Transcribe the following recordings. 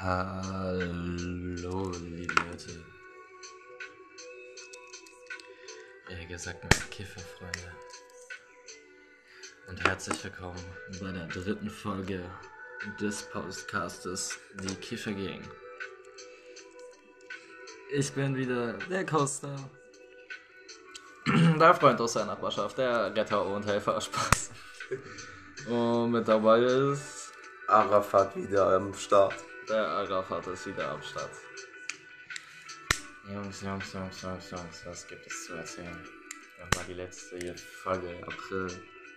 Hallo, liebe Leute. Eher gesagt, meine Kifferfreunde. Und herzlich willkommen bei der dritten Folge des Podcastes Die Kiffergang. Ich bin wieder der Costa. Der Freund aus der Nachbarschaft, der Retter und Helfer, Spaß. Und mit dabei ist Arafat wieder am Start. der Arafat ist wieder am Start. Jungs, was gibt es zu erzählen? Nochmal die letzte Folge, April,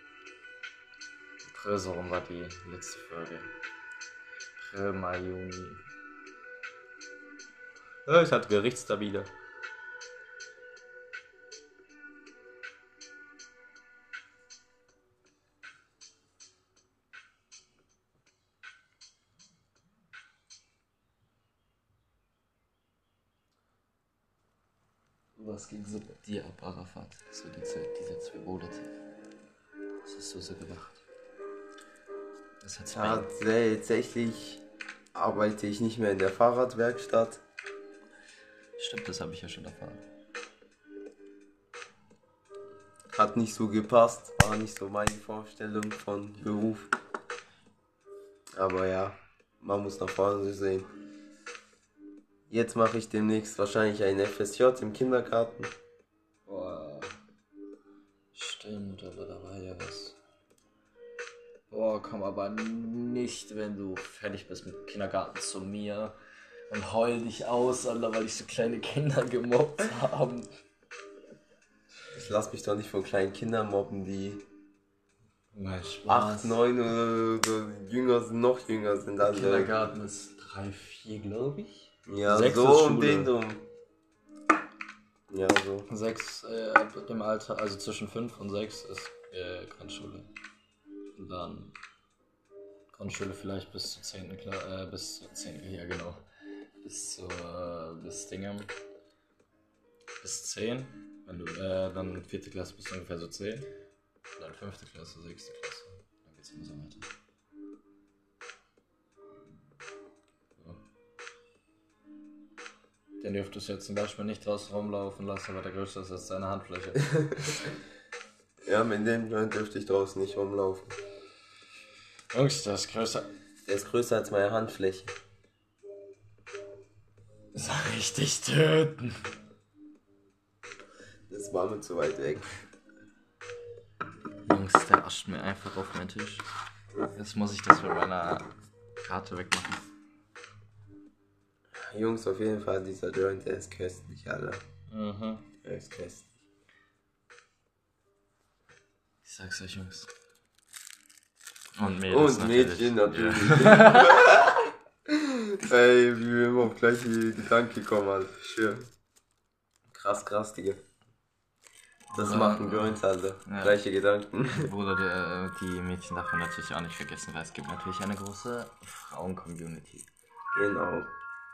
so rum war die letzte Folge. April, Mai, Juni. Ja, ich hatte Gerichtsstabile. Was ging so bei dir ab, Arafat? So die Zeit, diese 2 Monate. Was hast du so gemacht? Was hat's bei Tatsächlich arbeite ich nicht mehr in der Fahrradwerkstatt. Stimmt, das habe ich ja schon erfahren. Hat nicht so gepasst, war nicht so meine Vorstellung von Beruf. Aber ja, man muss nach vorne sehen. Jetzt mache ich demnächst wahrscheinlich ein FSJ im Kindergarten. Boah. Stimmt, aber da war ja was. Boah, komm aber nicht, wenn du fertig bist mit Kindergarten zu mir und heul dich aus, Alter, weil dich so kleine Kinder gemobbt haben. Ich lasse mich doch nicht von kleinen Kindern mobben, die Nein, Spaß. 8, 9 oder jünger sind, noch jünger sind. Also, Kindergarten ist 3, 4, glaube ich. ja, 6 so ist um Schule. den drum. Ja, so. 6 im Alter, also zwischen 5 und 6 ist Grundschule. Und dann Grundschule vielleicht bis zur 10. Bis zur 10. Ja genau. Bis 10. Wenn du dann 4. Klasse bist du ungefähr so 10. Dann 5. Klasse, 6. Klasse. Dann geht's immer so weiter. Den dürftest du jetzt zum Beispiel nicht draußen rumlaufen lassen, weil der größte ist als seine Handfläche. Ja, mit dem Joint dürfte ich draußen nicht rumlaufen. Jungs, der ist größer. Der ist größer als meine Handfläche. Soll ich dich töten? Das war mir zu weit weg. Jungs, der ascht mir einfach auf meinen Tisch. Jetzt muss ich das mit meiner Karte wegmachen. Jungs, auf jeden Fall, dieser Joint, der ist köstlich, Alter. Mhm. Der ist köstlich. Ich sag's euch, Jungs. Und Mädels Und Mädchen natürlich. Ja. Ey, wie wir immer auf gleiche Gedanken kommen, Alter. Schön. Krass, Digga. Das Oder- macht ein Joint, Alter. Ja. Gleiche Gedanken. Bruder, die Mädchen darf man natürlich auch nicht vergessen, weil es gibt natürlich eine große Frauen-Community. Genau.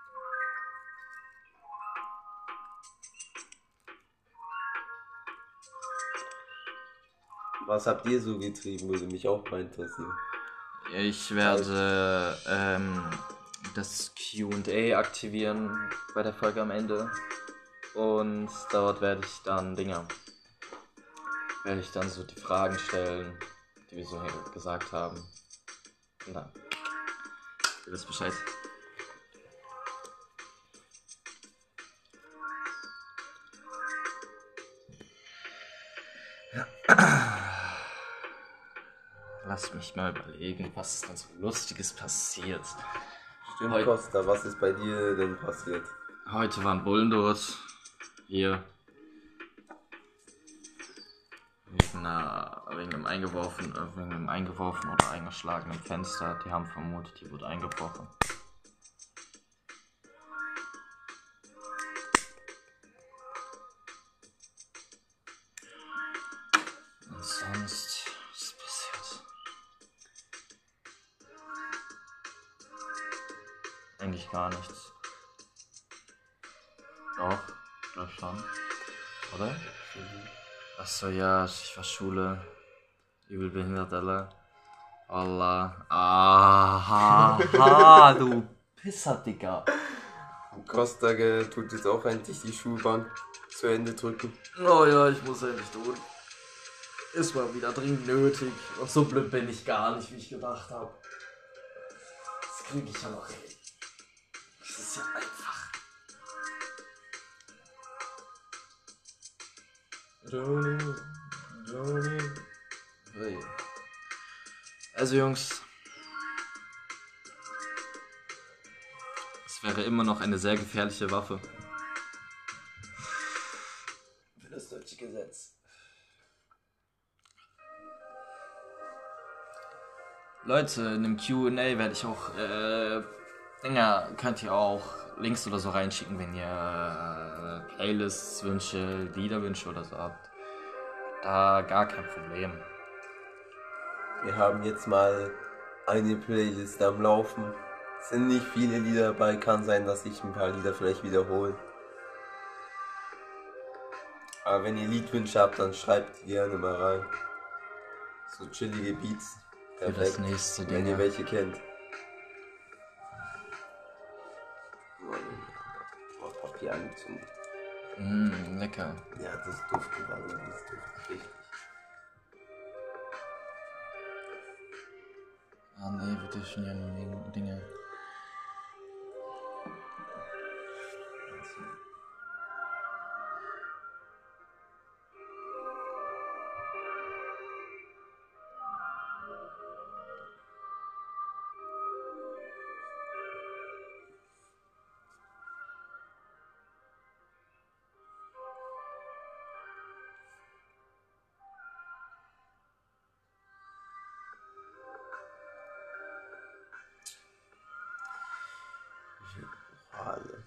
Was habt ihr so getrieben, würde mich auch mal interessieren. Ich werde das Q&A aktivieren bei der Folge am Ende. Und dort werde ich dann so die Fragen stellen, die wir so gesagt haben. Und dann ihr wisst Bescheid. Lass mich mal überlegen, was ist denn so Lustiges passiert. Stimmt, Heute- Costa, was ist bei dir denn passiert? Heute waren Bullen dort. Hier. Wegen einem eingeworfen oder eingeschlagenen Fenster. Die haben vermutet, hier wurde eingebrochen. Und sonst, was ist passiert? Eigentlich gar nichts. Doch, glaub schon. Oder? Achso, ja, ich war Schule. Übel behindert, Alter. Allah. Aha, du Pisser, Digga. Costa tut jetzt auch endlich die Schulbank zu Ende drücken. Oh ja, ich muss endlich durch. Ist mal wieder dringend nötig. Und so blöd bin ich gar nicht, wie ich gedacht habe. Das kriege ich ja noch hin. Das ist ja einfach. Johnny. Hey. Also Jungs, es wäre immer noch eine sehr gefährliche Waffe. Für das deutsche Gesetz. Leute, in dem Q&A werde ich auch, Dinger könnt ihr auch Links oder so reinschicken, wenn ihr Playlists, Wünsche, Liederwünsche oder so habt. Da gar kein Problem. Wir haben jetzt mal eine Playlist am Laufen. Es sind nicht viele Lieder dabei, kann sein, dass ich ein paar Lieder vielleicht wiederhole. Aber wenn ihr Liedwünsche habt, dann schreibt die gerne mal rein. So chillige Beats. Für das nächste Ding. Wenn ihr welche kennt. Oh, Papier angezündet. Lecker. Ja, das duftet gerade. Das duftet richtig. Ah nee, wir dürfen ja nur Dinge. Alle.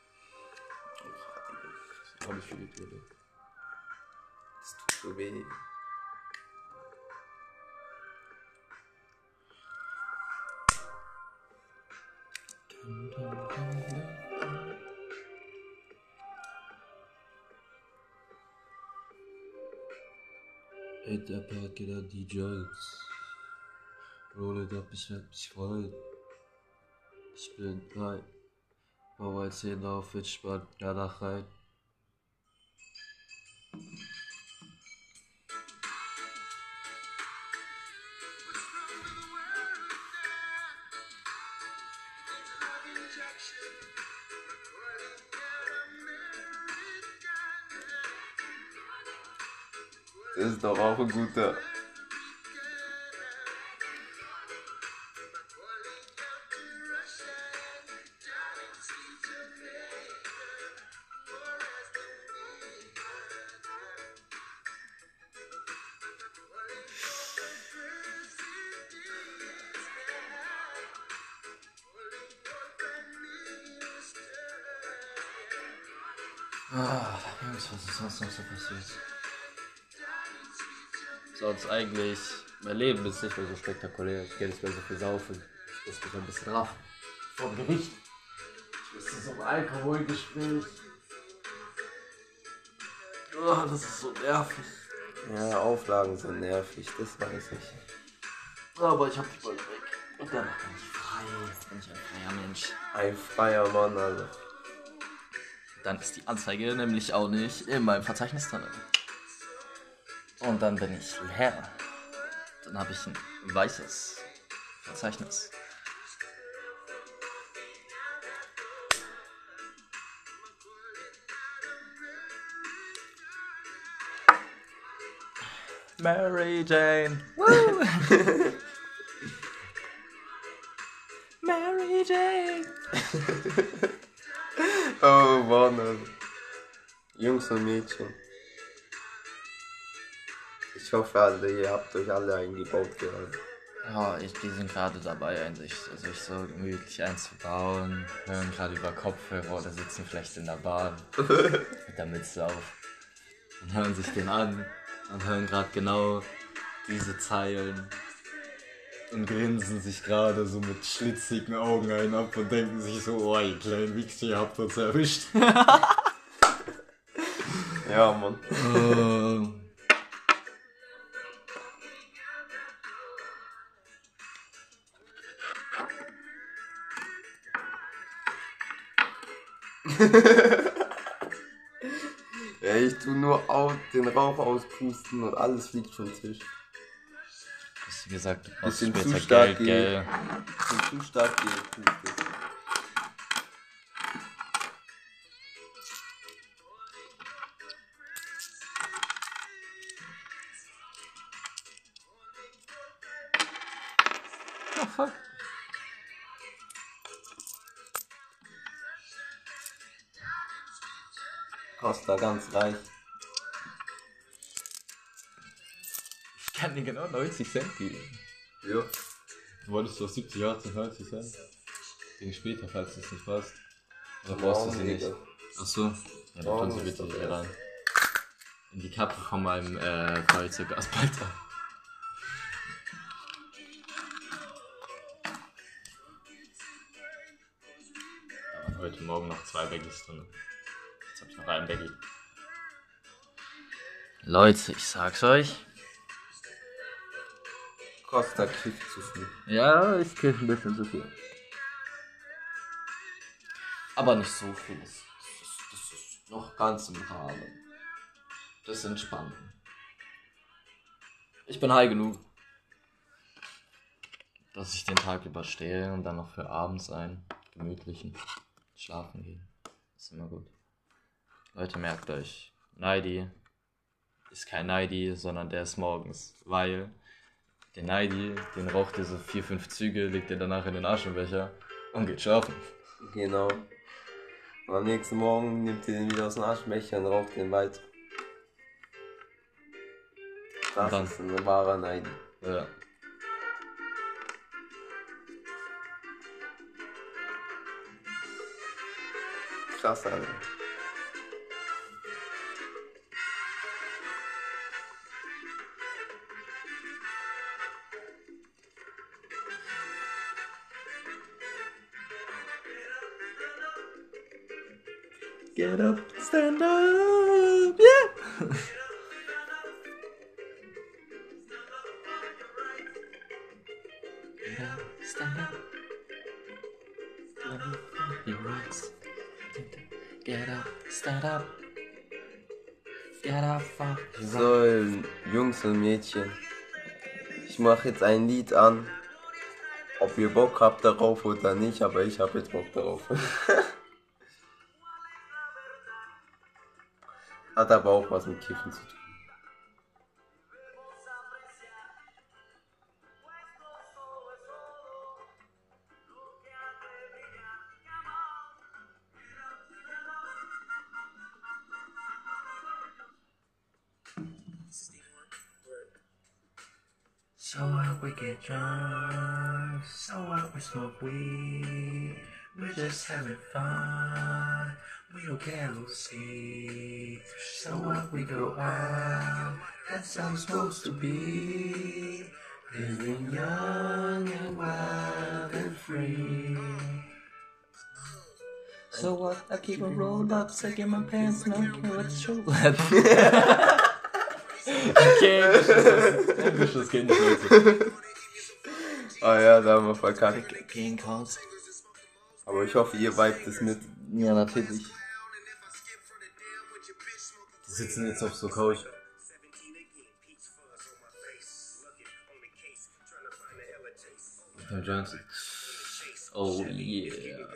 Das habe ich für die Tode. Das tut so weh. Ey, der Park geht an die Joints. Roll it up, ich werd mich freuen. Ich bin frei. Bau als 10 auf, jetzt spannt danach rein. Das ist doch auch ein guter. Jungs, was ist sonst noch so passiert? Sonst eigentlich, mein Leben ist nicht mehr so spektakulär. Ich gehe nicht mehr so viel saufen. Ich muss mich ein bisschen raffen. Vom Gericht. Ich muss zu so einem Alkoholgespräch. Oh, das ist so nervig. Ja, Auflagen sind nervig, das weiß ich. Aber ich hab die bald weg. Und danach bin ich frei. Jetzt bin ich ein freier Mensch. Ein freier Mann, Alter. Dann ist die Anzeige nämlich auch nicht in meinem Verzeichnis drin. Und dann bin ich leer. Dann habe ich ein weißes Verzeichnis. Mary Jane. Woo! Mary Jane. Oh Mann, Alter. Jungs und Mädchen. Ich hoffe alle, ihr habt euch alle eingebaut gerade. Ja, die sind gerade dabei, sich so gemütlich einzubauen. Hören gerade über Kopfhörer oder sitzen vielleicht in der Bahn mit der Mütze auf. Und hören sich den an und hören gerade genau diese Zeilen. Und grinsen sich gerade so mit schlitzigen Augen ein ab und denken sich so, oh, ihr kleinen Wichser, ihr habt uns erwischt. Ja, Mann. Ja, ich tu nur den Rauch auspusten und alles fliegt vom Tisch. Wie gesagt, du brauchst Bisschen zu später stark Geld, gell? Zu stark gepustet. Oh fuck. Costa ganz reich. Ich kann dir genau 90 Cent geben. Ja. Du wolltest doch 70, 80, 90 Cent. Gegen später, falls es nicht passt. Oder brauchst du Morgen, sie nicht? Digga. Achso. Ja, dann Morgen tun sie ist bitte doch hier erst. rein. In die Kappe von meinem Feuerzeuggasbehälter. Da waren heute Morgen noch 2 Baggies drin. Jetzt habe ich noch einen Baggy. Leute, ich sag's euch. Costa kifft zu viel. Ja, ich kiff ein bisschen zu viel. Aber nicht so viel. Das ist noch ganz im Rahmen. Das ist entspannt. Ich bin high genug, dass ich den Tag überstehe und dann noch für abends einen gemütlichen Schlafen gehen. Ist immer gut. Leute, merkt euch, Neidi ist kein Neidi, sondern der ist morgens. Weil der Neidi, den raucht ihr so 4, 5 Züge, legt ihr danach in den Aschenbecher und geht schlafen. Genau. Und am nächsten Morgen nimmt ihr den wieder aus dem Aschenbecher und raucht den weiter. Das dann- ist ein wahrer Neidi. Ja. Krass, Alter. Get up, stand up, yeah! Get up, stand up. Let me feel your rocks. Get up, stand up. Get up, fuck your rocks. So, Jungs und Mädchen. Ich mache jetzt ein Lied an. Ob ihr Bock habt darauf oder nicht, aber ich habe jetzt Bock darauf. Hat aber auch was mit Kiffen zu tun. So what, we get drunk, so what, we smoke weed, we're just having fun, we don't care who's see. So what, we go out, that's how it's supposed to be, living young and wild and free. So what, I keep on rolled up, second my pants, and I don't care what the show. Okay, Englisch, das kenn ich, Leute. Ah ja, da haben wir verkackt. King Calls. Aber ich hoffe, ihr vibet es mit. Ja, natürlich. Die sitzen jetzt auf so Couch. Johnson. Oh yeah.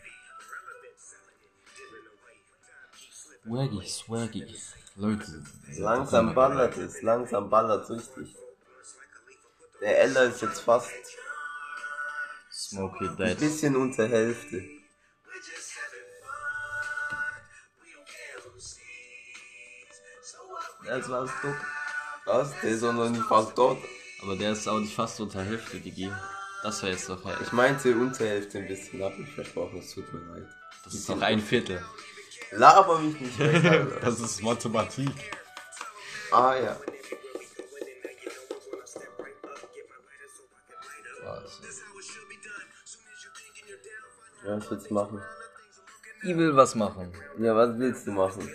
Swaggy. Leute. Langsam ballert es, richtig. Der Ella ist jetzt fast Smokey ein Dead. bisschen unter Hälfte. Das war's doch. Was? Der ist auch noch nicht fast dort. Aber der ist auch nicht fast unter Hälfte, Digi. Das wäre jetzt doch halt. Ich meinte unter Hälfte ein bisschen, hab ich versprochen, es tut mir leid. Das ist doch ein Viertel. Laber mich nicht weg, Alter. Das ist Mathematik. Ah ja. Ja, was willst du machen? Ich will was machen. Ja, was willst du machen?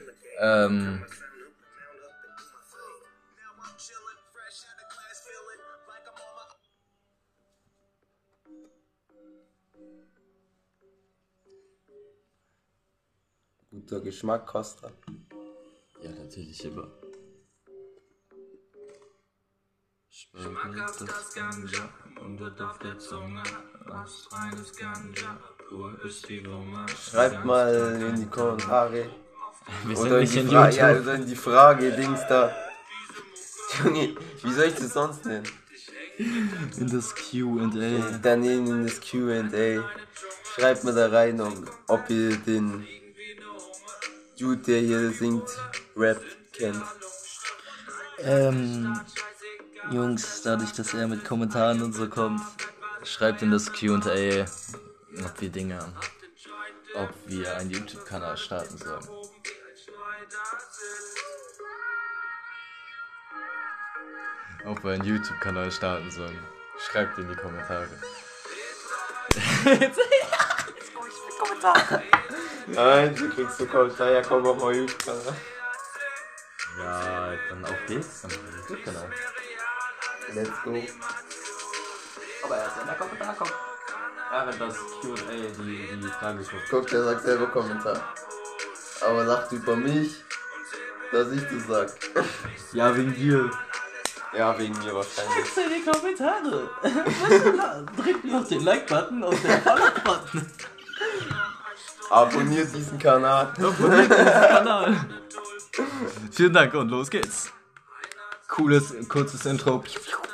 guter Geschmack, Costa? Ja, natürlich immer. Schmackhaft das Ganja und der Duft der Zunge. Aus reines Ganja, pur ist die Wumme. Schreibt mal in die Kommentare. Wir sind Oder in nicht die in Frage, YouTube. ja, oder in die Frage, Dings da. Junge, wie soll ich das sonst nennen? In das Q&A. Daneben in das Q&A. Schreibt mal da rein, ob ihr den Dude, der hier singt, rappt, kennt. Jungs, dadurch, dass er mit Kommentaren und so kommt, schreibt in das Q&A, ob wir einen YouTube-Kanal starten sollen. Ob wir einen YouTube-Kanal starten sollen. Schreibt in die Kommentare. Nein, du kriegst so Kommentar, ja komm auf mal YouTube-Kanal. Ja, dann auf geht's, dann auf den YouTube-Kanal. Let's go. Aber erst wenn der Kommentar kommt. Ja, wenn das Q&A die Frage kommt. Guck, der sagt selber Kommentar. Aber lacht über mich, dass ich das sag. Ja, wegen dir. Ja, wegen mir wahrscheinlich. Schreib's in die Kommentare. Drückt auf den Like-Button und den Follow-Button. Abonniert diesen Kanal. Abonniert diesen Kanal. Vielen Dank und los geht's. Kurzes Intro.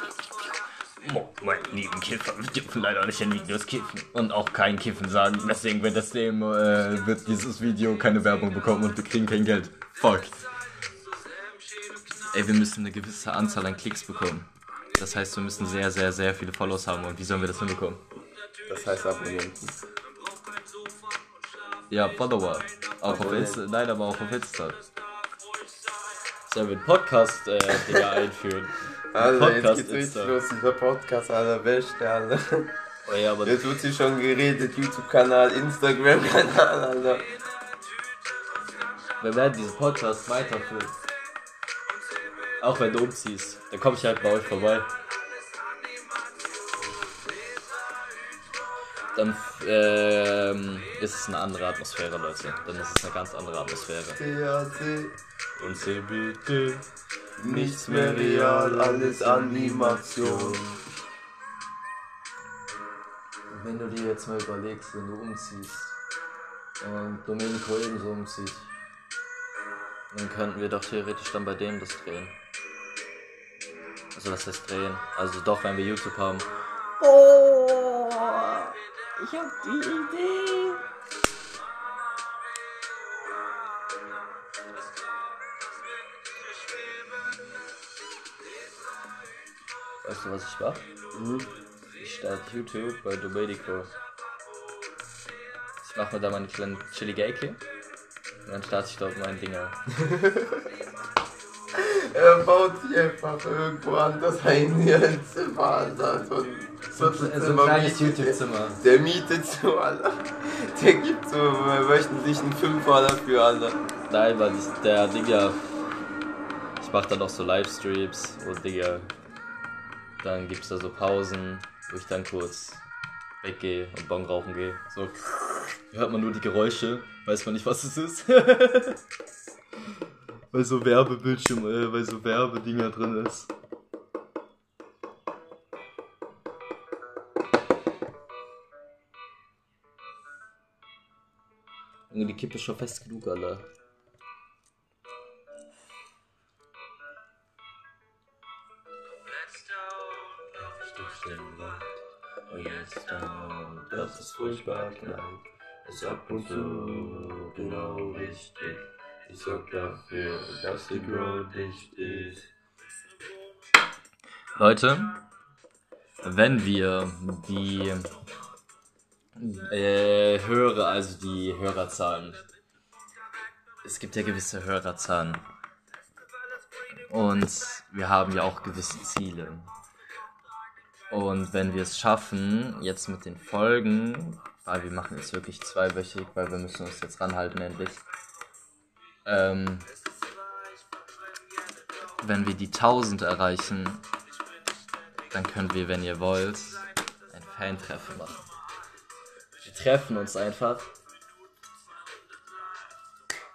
Meine lieben Kiffer, wir dürfen leider nicht in Videos kiffen und auch kein Kiffen sagen. Deswegen wird dieses Video keine Werbung bekommen und wir kriegen kein Geld. Fuck. Ey, wir müssen eine gewisse Anzahl an Klicks bekommen. Das heißt, wir müssen sehr, sehr, sehr viele Follows haben. Und wie sollen wir das hinbekommen? Das heißt Abonnenten. Ja, Follower. Auch auf Insta. Nein, aber auch auf Insta. Sollen wir einen Podcast einführen? Also Podcast jetzt geht's Insta. richtig los, dieser Podcast, aller Beste, Alter. Oh ja, aber Jetzt wird hier schon geredet, YouTube-Kanal, Instagram-Kanal, Alter. wir werden diesen Podcast weiterführen. Auch wenn du umziehst, dann komme ich halt bei euch vorbei. Dann ist es eine andere Atmosphäre, Leute. Dann ist es eine ganz andere Atmosphäre. THC, Und CBD. nichts mehr real, alles Animation. Wenn du dir jetzt mal überlegst, wenn du umziehst und Domenico ebenso umzieht, dann könnten wir doch theoretisch dann bei dem das drehen. Also was heißt drehen? Also doch, wenn wir YouTube haben. Oh, ich hab die Idee. Weißt du, was ich mach? Ich starte YouTube bei Domenico. Ich mache mir da meine kleine chillige Ecke. Und dann starte ich dort mein Dinger. Er baut sich einfach irgendwo anders ein, hier ein Zimmer, Alter. So ein kleines YouTube-Zimmer. Der mietet so, Alter. Der gibt so wöchentlich einen Fünfer dafür, Alter. Nein, weil der Digga. Ich mache dann auch so Livestreams und Digga. Dann gibt's da so Pausen, wo ich dann kurz weggehe und Bon rauchen gehe. So hört man nur die Geräusche, weiß man nicht, was es ist. Weil so Werbebildschirm, weil so Werbedinger drin ist. Junge, die Kippe ist schon fest genug, Alter. Das ist furchtbar klein, ist ab und zu genau richtig. Ich sorg dafür, dass die Grow dicht ist. Leute, wenn wir die Hörer, also die Hörerzahlen, es gibt ja gewisse Hörerzahlen und wir haben ja auch gewisse Ziele. Und wenn wir es schaffen, jetzt mit den Folgen, weil wir machen jetzt wirklich zweiwöchig, weil wir müssen uns jetzt ranhalten endlich, wenn wir die 1000 erreichen, dann können wir, wenn ihr wollt, ein Fan-Treffen machen. Wir treffen uns einfach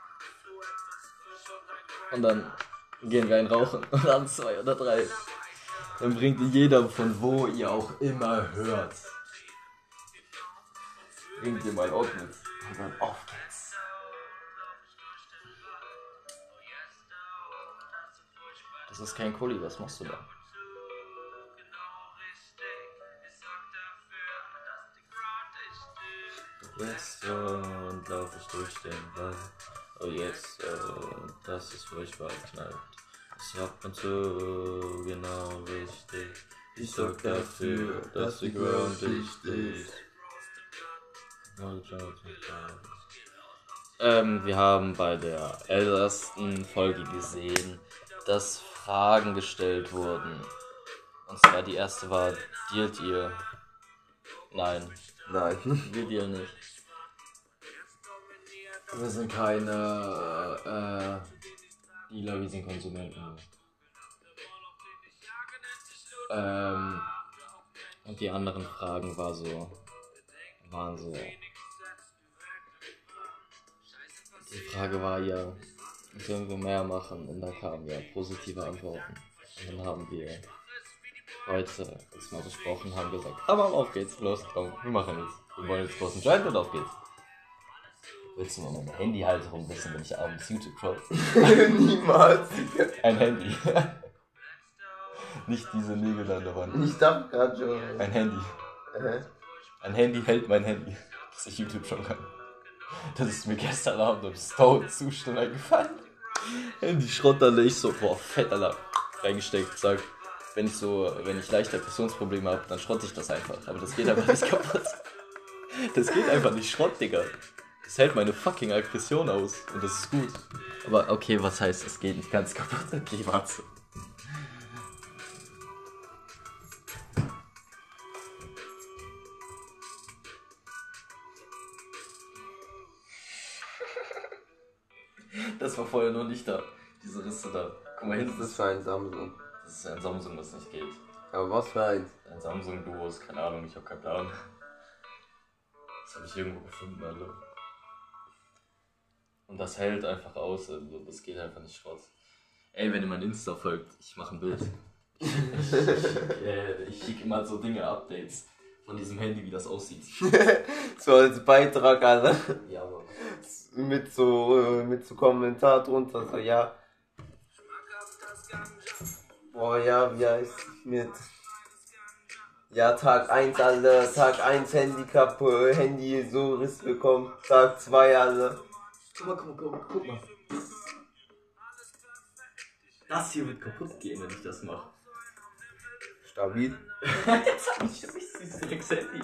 Und dann gehen wir einen rauchen und dann 2 oder 3. Dann bringt ihr jeder von wo ihr auch immer hört. Bringt ihr mal Ort mit. Und dann auf geht's. Das ist kein Kuli, was machst du da? Jetzt und lauf ich durch den Wald. Oh jetzt, das ist furchtbar knallt. Ich hab und so genau richtig. Ich sorg dafür, dass die Ground dicht ist. Wir haben bei der ersten Folge gesehen, dass Fragen gestellt wurden. Und zwar die erste war, dealt ihr? Nein. Nein. Wir dealen nicht. Wir sind keine Dealer, wir sind Konsumenten. Und die anderen Fragen waren so. Die Frage war ja, sollen wir mehr machen? Und da kamen ja positive Antworten. Und dann haben wir heute uns mal besprochen, haben gesagt, aber auf geht's, los, komm, wir machen jetzt. Wir wollen jetzt großen Joint und auf geht's. Willst du mal mein Handy halt rumwissen, wenn ich abends YouTube schaue? Niemals. Ein Handy. Nicht diese Nägel an der Wand. Ich dachte gerade schon. Ein Handy. Ein Handy hält mein Handy, dass ich YouTube schauen kann. Das ist mir gestern Abend im Stone-Zustand eingefallen. Handy Schrott, da ich so, boah, fett, Alter, reingesteckt, sag, wenn ich leichte Aggressionsprobleme habe, dann schrotte ich das einfach. Aber das geht einfach nicht kaputt. Das geht einfach nicht Schrott, Digga. Das hält meine fucking Aggression aus und das ist gut. Aber okay, was heißt, es geht nicht ganz kaputt? Okay, warte. Das war vorher noch nicht da. Diese Risse da. Guck mal hinten. Das ist für ein Samsung. Das ist ein Samsung, das nicht geht. Aber was für eins? Ein Samsung Duos, keine Ahnung, ich hab keinen Plan. Das habe ich irgendwo gefunden, Alter. Und das hält einfach aus, also das geht einfach nicht Schrott. Ey, wenn ihr mein Insta folgt, ich mache ein Bild. Ich schicke immer so Dinge, Updates von diesem Handy, wie das aussieht. So als Beitrag, Alter. Ja, aber. Mit so Kommentar drunter, so ja. Boah, ja, wie heißt mit. Ja, Tag 1, Alter. Tag 1 Handicap, Handy so Riss bekommen. Tag 2, Alter. Guck mal. Das hier wird kaputt gehen, wenn ich das mache. Stabil. Jetzt hab ich dieses Dreckshandy.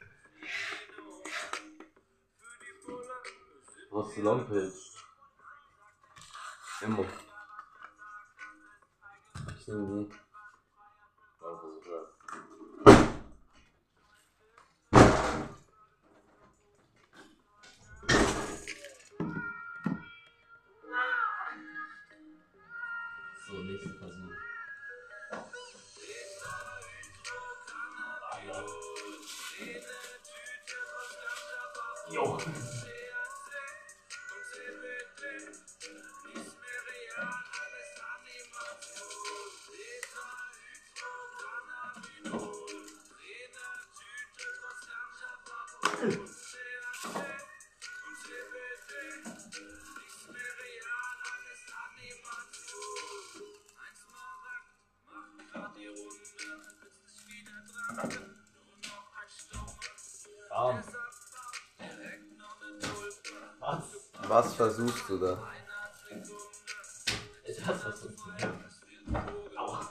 Was ist Longpilz? Immer. Ich nehm die. So, nächster Versuch. Jo. Was versuchst du da? Ich hasse was sonst nicht. Aua.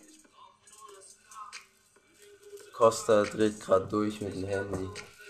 Costa dreht grad durch mit dem Handy.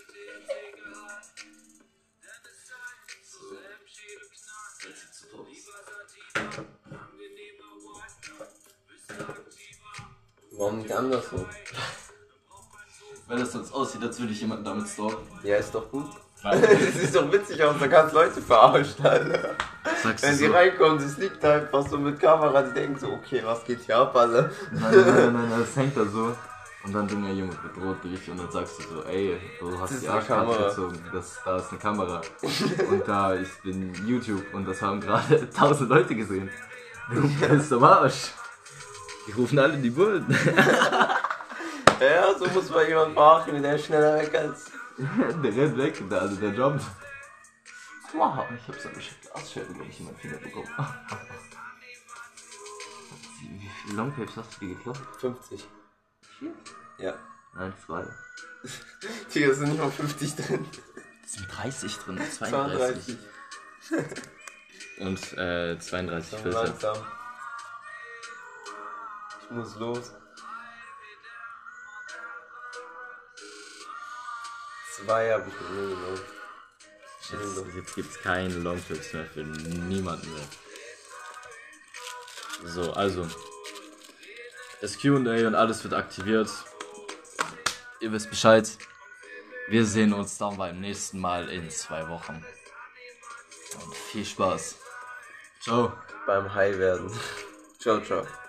Warum nicht anders so? Wenn das sonst aussieht, als würde ich jemanden damit stalken. Ja, ist doch gut. Nein. Das sieht doch witzig aus, da kannst Leute verarschen, Alter. Sagst Wenn du sie so? reinkommen, das liegt da einfach so mit Kamera, die denken so, okay, was geht hier ab, Alter? Nein, das hängt da so. Und dann Junge bedroht dich und dann sagst du so, ey, du hast Das die ist eine Arschkarte Kamera. gezogen, da ist eine Kamera. Und da, ich bin YouTube und das haben gerade 1000 Leute gesehen. Du bist am Arsch. Die rufen alle die Bullen. Ja, so muss man jemand machen, der ist schneller weg als... Der rennt weg, der jumpt. Wow, ich hab so eine Glasscheibe, wenn ich in meinen Finger bekommen. Wie viele Longtapes hast du dir geklaut? 50. Ja. Nein, 2. Digga, es sind nicht mal 50 drin. Es sind 30 drin, 32. Und 32 So Filter. langsam. Ich muss los. 2 habe ich mir genommen. Jetzt gibt's keine Longtrips mehr für niemanden mehr. So, also. Das Q&A und alles wird aktiviert. Ihr wisst Bescheid. Wir sehen uns dann beim nächsten Mal in 2 Wochen. Und viel Spaß. Ciao. Beim High werden. Ciao, ciao.